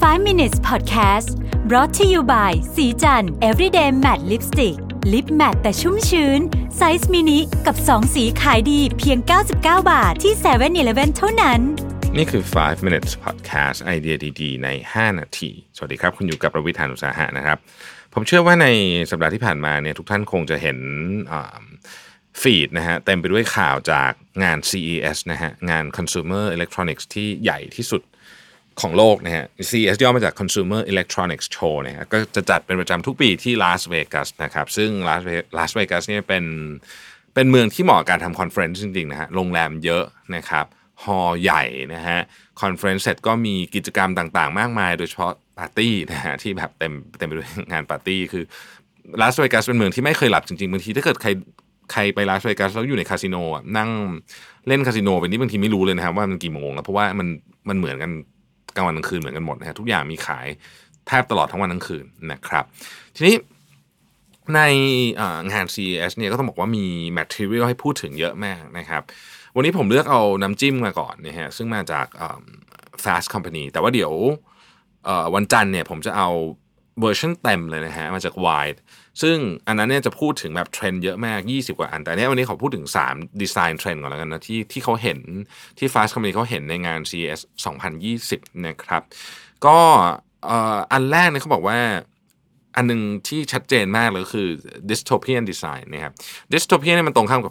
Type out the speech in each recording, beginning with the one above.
5 minutes podcast brought to you by สีจัน everyday matte lipstick lip matte แต่ชุ่มชื้นไซส์มินิกับ2สีขายดีเพียง99 บาทที่ 7-Eleven เท่านั้นนี่คือ 5 minutes podcast ไอเดียดีๆใน5นาทีสวัสดีครับคุณอยู่กับประวิทย์ หาญอุตสาหะนะครับผมเชื่อว่าในสัปดาห์ที่ผ่านมาเนี่ยทุกท่านคงจะเห็นฟีดนะฮะเต็มไปด้วยข่าวจากงาน CES นะฮะงาน Consumer Electronics ที่ใหญ่ที่สุดของโลกนะฮะ CES ย่อมาจาก Consumer Electronics Show นะฮะก็จะจัดเป็นประจำทุกปีที่ลาสเวกัสนะครับซึ่งลาสเวกัสเนี่ยเป็นเมืองที่เหมาะกับการทำคอนเฟอเรนซ์จริงๆนะฮะโรงแรมเยอะนะครับฮอลล์ใหญ่นะฮะคอนเฟอเรนซ์เสร็จก็มีกิจกรรมต่างๆมากมายโดยเฉพาะปาร์ตี้นะฮะที่แบบเต็มไปด้วยงานปาร์ตี้คือลาสเวกัสเป็นเมืองที่ไม่เคยหลับจริงๆบางทีถ้าเกิดใครไปลาสเวกัสแล้วอยู่ในคาสิโนอ่ะนั่งเล่นคาสิโนไปนี่บางทีไม่รู้เลยนะครับว่ามันกี่โมงแล้วเพราะว่ามันเหมือนกันกลางวันกลางคืนเหมือนกันหมดนะฮะทุกอย่างมีขายแทบตลอดทั้งวันทั้งคืนนะครับทีนี้ในงาน CES เนี่ยก็ต้องบอกว่ามี material ให้พูดถึงเยอะมากนะครับวันนี้ผมเลือกเอาน้ำจิ้มมาก่อนนะฮะซึ่งมาจากFast Company แต่ว่าเดี๋ยววันจันทร์เนี่ยผมจะเอาเวอร์ชันเต็มเลยนะฮะมาจาก Wired ซึ่งอันนั้นเนี่ยจะพูดถึงแบบเทรนด์เยอะมาก20กว่าอันแต่เนี่ยวันนี้ขอพูดถึง3ดีไซน์เทรนด์ก่อนแล้วกันนะที่เขาเห็นที่ Fast Company เขาเห็นในงาน CES 2020นะครับก็อันแรกเนี่ยเขาบอกว่าอันนึงที่ชัดเจนมากเลยคือ dystopian design นะครับ dystopian เนี่ยมันตรงข้ามกับ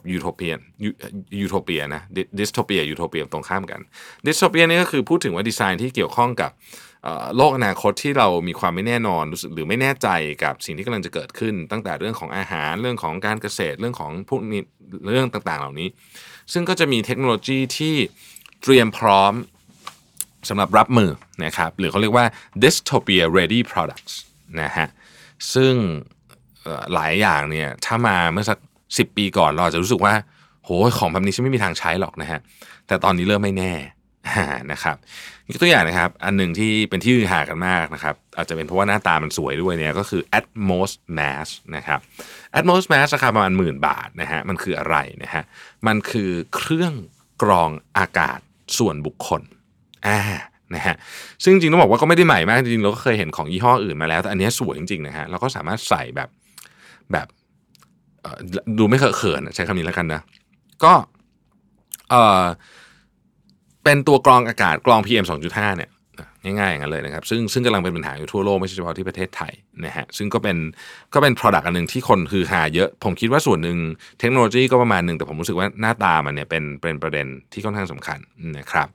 utopia นะ dystopia utopia ตรงข้ามกัน dystopian นี่ก็คือพูดถึงว่าดีไซน์ที่เกี่ยวข้องกับโลกอนาคตที่เรามีความไม่แน่นอนหรือไม่แน่ใจกับสิ่งที่กำลังจะเกิดขึ้นตั้งแต่เรื่องของอาหารเรื่องของการเกษตรเรื่องของพวกนี้เรื่องต่างๆเหล่านี้ซึ่งก็จะมีเทคโนโลยีที่เตรียมพร้อมสำหรับรับมือนะครับหรือเขาเรียกว่า dystopia ready products นะฮะซึ่งหลายอย่างเนี่ยถ้ามาเมื่อสัก10 ปีก่อนเราอาจจะรู้สึกว่าโหของแบบนี้ฉันไม่มีทางใช้หรอกนะฮะแต่ตอนนี้เริ่มไม่แน่นะครับยกตัวอย่างนะครับอันหนึ่งที่เป็นที่ฮือฮากันมากนะครับอาจจะเป็นเพราะว่าหน้าตามันสวยด้วยเนี่ยก็คือ Atmos Mask นะครับ Atmos Mask ราคาประมาณ10,000 บาทนะฮะมันคืออะไรนะฮะมันคือเครื่องกรองอากาศส่วนบุคคลนะฮะซึ่งจริงๆต้องบอกว่าก็ไม่ได้ใหม่มากจริงๆเราก็เคยเห็นของยี่ห้ออื่นมาแล้วแต่อันนี้สวยจริงๆนะฮะเราก็สามารถใส่แบบดูไม่เขินใช้คำนี้แล้วกันนะก็เป็นตัวกรองอากาศกรอง PM 2.5 เนี่ยง่ายๆอย่างนั้นเลยนะครับซึ่งกำลังเป็นปัญหาอยู่ทั่วโลกไม่ใช่เฉพาะที่ประเทศไทยนะฮะซึ่งก็เป็น product อันนึงที่คนฮือฮาเยอะผมคิดว่าส่วนหนึ่งเทคโนโลยีก็ประมาณนึงแต่ผมรู้สึกว่าหน้าตามันเนี่ยเป็นประเด็นที่ค่อนข้างสำคัญนะครับ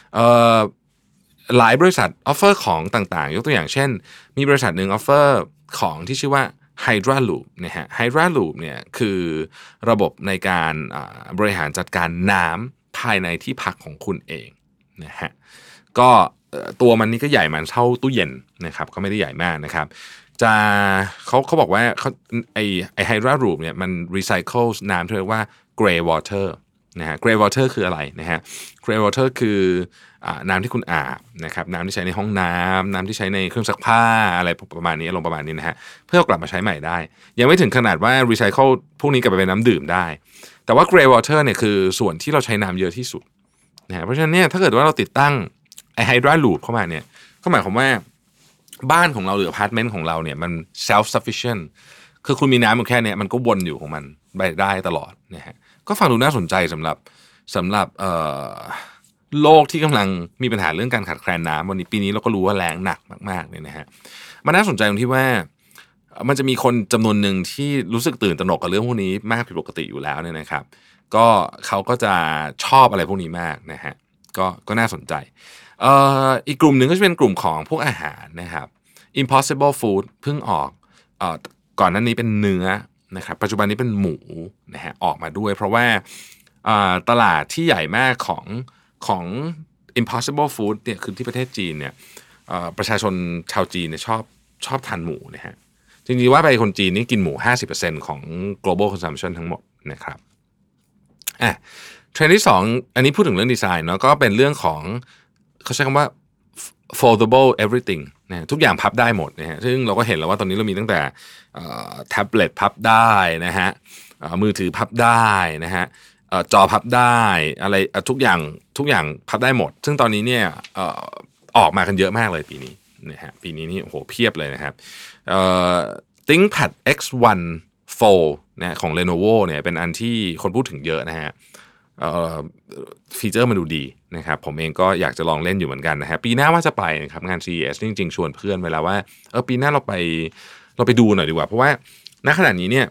หลายบริษัทออฟเฟอร์ของต่างๆยกตัวอย่างเช่นมีบริษัทหนึ่งออฟเฟอร์ของที่ชื่อว่า Hydra Loop นะฮะ Hydra Loop เนี่ยคือระบบในการบริหารจัดการน้ำภายในที่พักของคุณเองนะฮะก็ตัวมันนี่ก็ใหญ่มันเท่าตู้เย็นนะครับก็ไม่ได้ใหญ่มากนะครับจะเขาบอกว่าไอ Hydra Loop เนี่ยมันรีไซเคิลน้ำที่เรียกว่า Grey Water นะฮะ Grey Water คืออะไรนะฮะ Grey Water คือน้ำที่คุณอาบนะครับน้ำที่ใช้ในห้องน้ำที่ใช้ในเครื่องซักผ้าอะไรประมาณนี้อารมณ์ประมาณนี้นะฮะเพื่อเอากลับมาใช้ใหม่ได้ยังไม่ถึงขนาดว่ารีไซเคิลพวกนี้กลับไปเป็นน้ำดื่มได้แต่ว่า Grey Water เนี่ยคือส่วนที่เราใช้น้ำเยอะที่สุดนะฮะเพราะฉะนั้นเนี่ยถ้าเกิดว่าเราติดตั้งไอ้ Hydra Loop เข้ามาเนี่ยก็หมายความว่าบ้านของเราหรืออพาร์ตเมนต์ของเราเนี่ยมัน self sufficient คือคุณมีน้ำอยู่แค่นี้มันก็วนอยู่ของมันไปได้ตลอดนะฮะก็ฟังดูน่าสนใจสำหรับโลกที่กำลังมีปัญหาเรื่องการขาดแคลนน้ำวันนี้ปีนี้เราก็รู้ว่าแล้งหนักมากๆเนี่ยนะฮะมันน่าสนใจตรงที่ว่ามันจะมีคนจำนวนหนึ่งที่รู้สึกตื่นตระหนกกับเรื่องพวกนี้มากผิดปกติอยู่แล้วเนี่ยนะครับก็เขาก็จะชอบอะไรพวกนี้มากนะฮะก็น่าสนใจอีกกลุ่มหนึ่งก็จะเป็นกลุ่มของพวกอาหารนะครับ Impossible Food เพิ่งออกก่อนหน้านี้เป็นเนื้อนะครับปัจจุบันนี้เป็นหมูนะฮะออกมาด้วยเพราะว่าตลาดที่ใหญ่มากของ Impossible Food เนี่ยคือที่ประเทศจีนเนี่ยประชาชนชาวจีนเนี่ยชอบทานหมูนะฮะจริงๆว่าไปคนจีนนี่กินหมู 50% ของ global consumption ทั้งหมดนะครับเทรนด์ที่2อันนี้พูดถึงเรื่องดีไซน์เนาะก็เป็นเรื่องของเขาใช้คำว่า foldable everything นะทุกอย่างพับได้หมดนะฮะซึ่งเราก็เห็นแล้วว่าตอนนี้เรามีตั้งแต่แท็บเล็ตพับได้นะฮะมือถือพับได้นะฮะจอพับได้อะไรทุกอย่างพับได้หมดซึ่งตอนนี้เนี่ยออกมากันเยอะมากเลยปีนี้นะฮะปีนี้นี่โอ้โหเพียบเลยนะครับThinkPad X1 Fold นะของ Lenovo เนี่ยเป็นอันที่คนพูดถึงเยอะนะฮะฟีเจอร์มันดูดีนะครับผมเองก็อยากจะลองเล่นอยู่เหมือนกันนะฮะปีหน้าว่าจะไปนะครับงาน CES จริงๆชวนเพื่อนไว้แล้วว่าปีหน้าเราไปดูหน่อยดีกว่าเพราะว่าณขณะนี้เนี่ย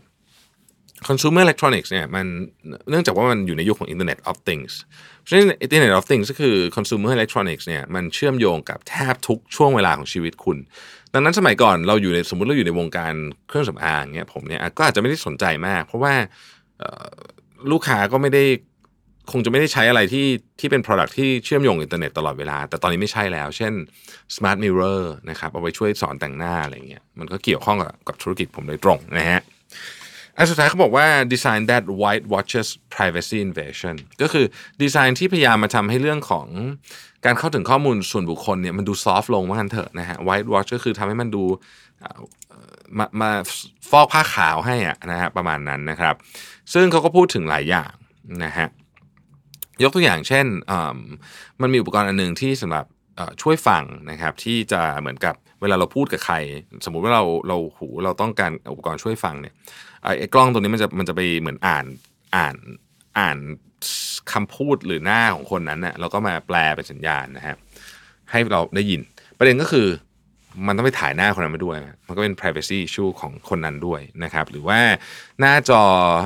consumer electronics เนี่ยมันเนื่องจากว่ามันอยู่ในยุคของ Internet of Things เพราะฉะนั้น Internet of Things ก็คือ consumer electronics เนี่ยมันเชื่อมโยงกับแทบทุกช่วงเวลาของชีวิตคุณดังนั้นสมัยก่อนสมมุติเราอยู่ในวงการเครื่องสำอางเนี่ยผมเนี่ยก็อาจจะไม่ได้สนใจมากเพราะว่าลูกค้าก็คงจะไม่ได้ใช้อะไรที่เป็น product ที่เชื่อมโยงอินเทอร์เน็ตตลอดเวลาแต่ตอนนี้ไม่ใช่แล้วเช่น smart mirror นะครับเอาไว้ช่วยสอนแต่งหน้าอะไรเงี้ยมันก็เกี่ยวข้องกับธุรกิจผมโดยตรงนะฮะอันสุดท้ายเขาบอกว่า design that whitewashes privacy invasion ก็คือดีไซน์ที่พยายามมาทำให้เรื่องของการเข้าถึงข้อมูลส่วนบุคคลเนี่ยมันดูซอฟต์ลงว่างั้นเถอะนะฮะ whitewash ก็คือทำให้มันดูมาฟอกผ้าขาวให้นะฮะประมาณนั้นนะครับซึ่งเขาก็พูดถึงหลายอย่างนะฮะยกตัวอย่างเช่นมันมีอุปกรณ์อันนึงที่สำหรับช่วยฟังนะครับที่จะเหมือนกับเวลาเราพูดกับใครสมมุติว่าเราต้องการอุปกรณ์ช่วยฟังเนี่ยไอ้กล้องตัวนี้มันจะไปเหมือนอ่านคำพูดหรือหน้าของคนนั้นน่ะแล้วก็มาแปลเป็นสัญญาณนะครับให้เราได้ยินประเด็นก็คือมันต้องไปถ่ายหน้าคนนั้นมาด้วยมันก็เป็น privacy issue ของคนนั้นด้วยนะครับหรือว่าหน้าจอ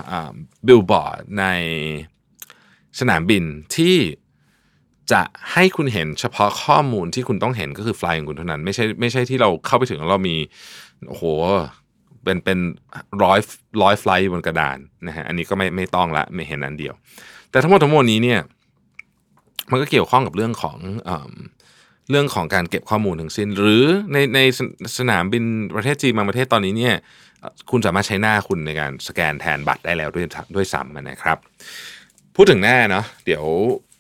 billboard ในสนามบินที่จะให้คุณเห็นเฉพาะข้อมูลที่คุณต้องเห็นก็คือไฟล์ของคุณเท่านั้นไม่ใช่ที่เราเข้าไปถึงแล้วเรามีโอ้โหเป็นร้อยไฟล์บนกระดานนะฮะอันนี้ก็ไม่ต้องละไม่เห็นอันเดียวแต่ทั้งหมดนี้เนี่ยมันก็เกี่ยวข้องกับเรื่องของการเก็บข้อมูลทั้งสิ้นหรือในสนามบินประเทศจีนบางประเทศตอนนี้เนี่ยคุณสามารถใช้หน้าคุณในการสแกนแทนบัตรได้แล้วด้วยซ้ำนะครับพูดถึงหน้าเนาะเดี๋ยว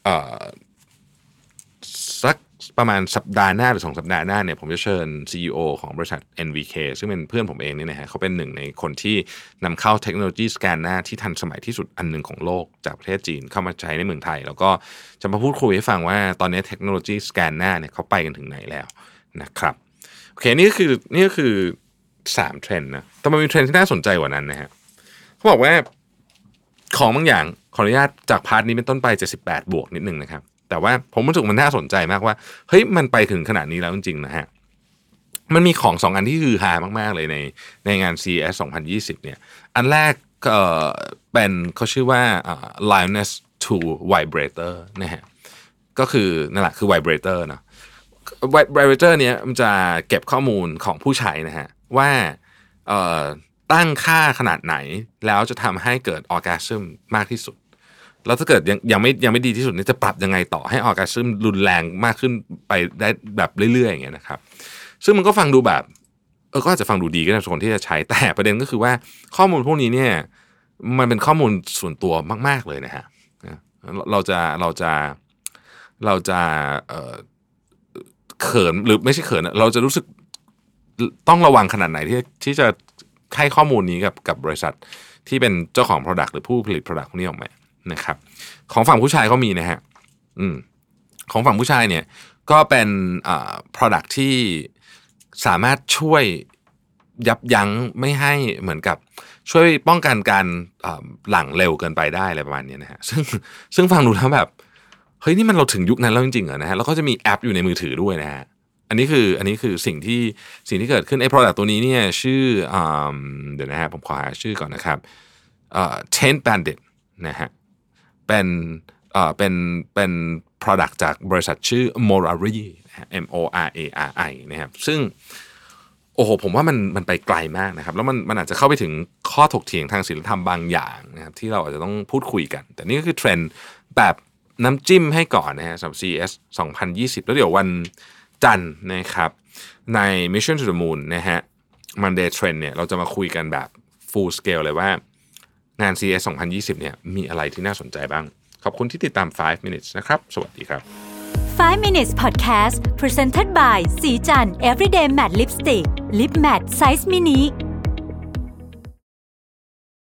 สักประมาณสัปดาห์หน้าหรือ2สัปดาห์หน้าเนี่ยผมจะเชิญ CEO ของบริษัท NVK ซึ่งเป็นเพื่อนผมเองนี่นะฮะเขาเป็นหนึ่งในคนที่นำเข้าเทคโนโลยีสแกนหน้าที่ทันสมัยที่สุดอันหนึ่งของโลกจากประเทศจีนเข้ามาใช้ในเมืองไทยแล้วก็จะมาพูดคุยให้ฟังว่าตอนนี้เทคโนโลยีสแกนหน้าเนี่ยเขาไปกันถึงไหนแล้วนะครับโอเคนี่ก็คือ3เทรนด์นะแต่มันมีเทรนด์ที่น่าสนใจกว่านั้นนะฮะเขาบอกว่าของบางอย่างขออนุญาตจากพาร์ทนี้เป็นต้นไป78บวกนิดนึงนะครับแต่ว่าผมรู้สึกมันน่าสนใจมากว่าเฮ้ยมันไปถึงขนาดนี้แล้วจริงๆนะฮะมันมีของ2อันที่ฮือฮามากๆเลยในงาน CES 2020เนี่ยอันแรกเป็นเขาชื่อว่าLioness 2 Vibrator นะฮะก็คือนั่นแหละคือ Vibrator เนาะ Vibrator เนี่ยมันจะเก็บข้อมูลของผู้ใช้นะฮะว่าตั้งค่าขนาดไหนแล้วจะทำให้เกิดออร์แกซึมมากที่สุดแล้วถ้าเกิดยังไม่ดีที่สุดนี่จะปรับยังไงต่อให้ออร์แกซึมรุนแรงมากขึ้นไปได้แบบเรื่อยๆอย่างเงี้ยนะครับซึ่งมันก็ฟังดูแบบก็อาจจะฟังดูดีก็ได้คนที่จะใช้แต่ประเด็นก็คือว่าข้อมูลพวกนี้เนี่ยมันเป็นข้อมูลส่วนตัวมากๆเลยนะฮะเราจะเขินหรือไม่ใช่เขินเราจะรู้สึกต้องระวังขนาดไหนที่จะให้ข้อมูลนี้กับบริษัทที่เป็นเจ้าของ product หรือผู้ผลิต product พวกนี้ออกมานะครับของฝั่งผู้ชายก็มีนะฮะของฝั่งผู้ชายเนี่ยก็เป็นproduct ที่สามารถช่วยยับยั้งไม่ให้เหมือนกับช่วยป้องกันการหลั่งเร็วเกินไปได้อะไรประมาณนี้นะฮะซึ่งฟังดูแล้วแบบเฮ้ยนี่มันเราถึงยุคนั้นแล้วจริงๆเหรอนะฮะแล้วก็จะมีแอปอยู่ในมือถือด้วยนะฮะอันนี้คือสิ่งที่เกิดขึ้นไอ้ product ตัวนี้เนี่ยชื่อเดี๋ยวนะฮะผมขอหาชื่อก่อนนะครับTent Bandit นะฮะเป็น product จากบริษัทชื่อ Morari MORARI นะครับซึ่งโอ้โหผมว่ามันไปไกลมากนะครับแล้วมันอาจจะเข้าไปถึงข้อถกเถียงทางศีลธรรมบางอย่างนะครับที่เราอาจจะต้องพูดคุยกันแต่นี่ก็คือเทรนด์แบบน้ำจิ้มให้ก่อนนะฮะสำหรับ CES 2020แล้วเดี๋ยววันจันทร์นะครับใน Mission to the Moon นะฮะ Monday Trend เนี่ยเราจะมาคุยกันแบบ full scale เลยว่างาน CES 2020เนี่ยมีอะไรที่น่าสนใจบ้างขอบคุณที่ติดตาม 5 minutes นะครับสวัสดีครับ 5 minutes podcast presented by สีจัน everyday matte lipstick lip matte size mini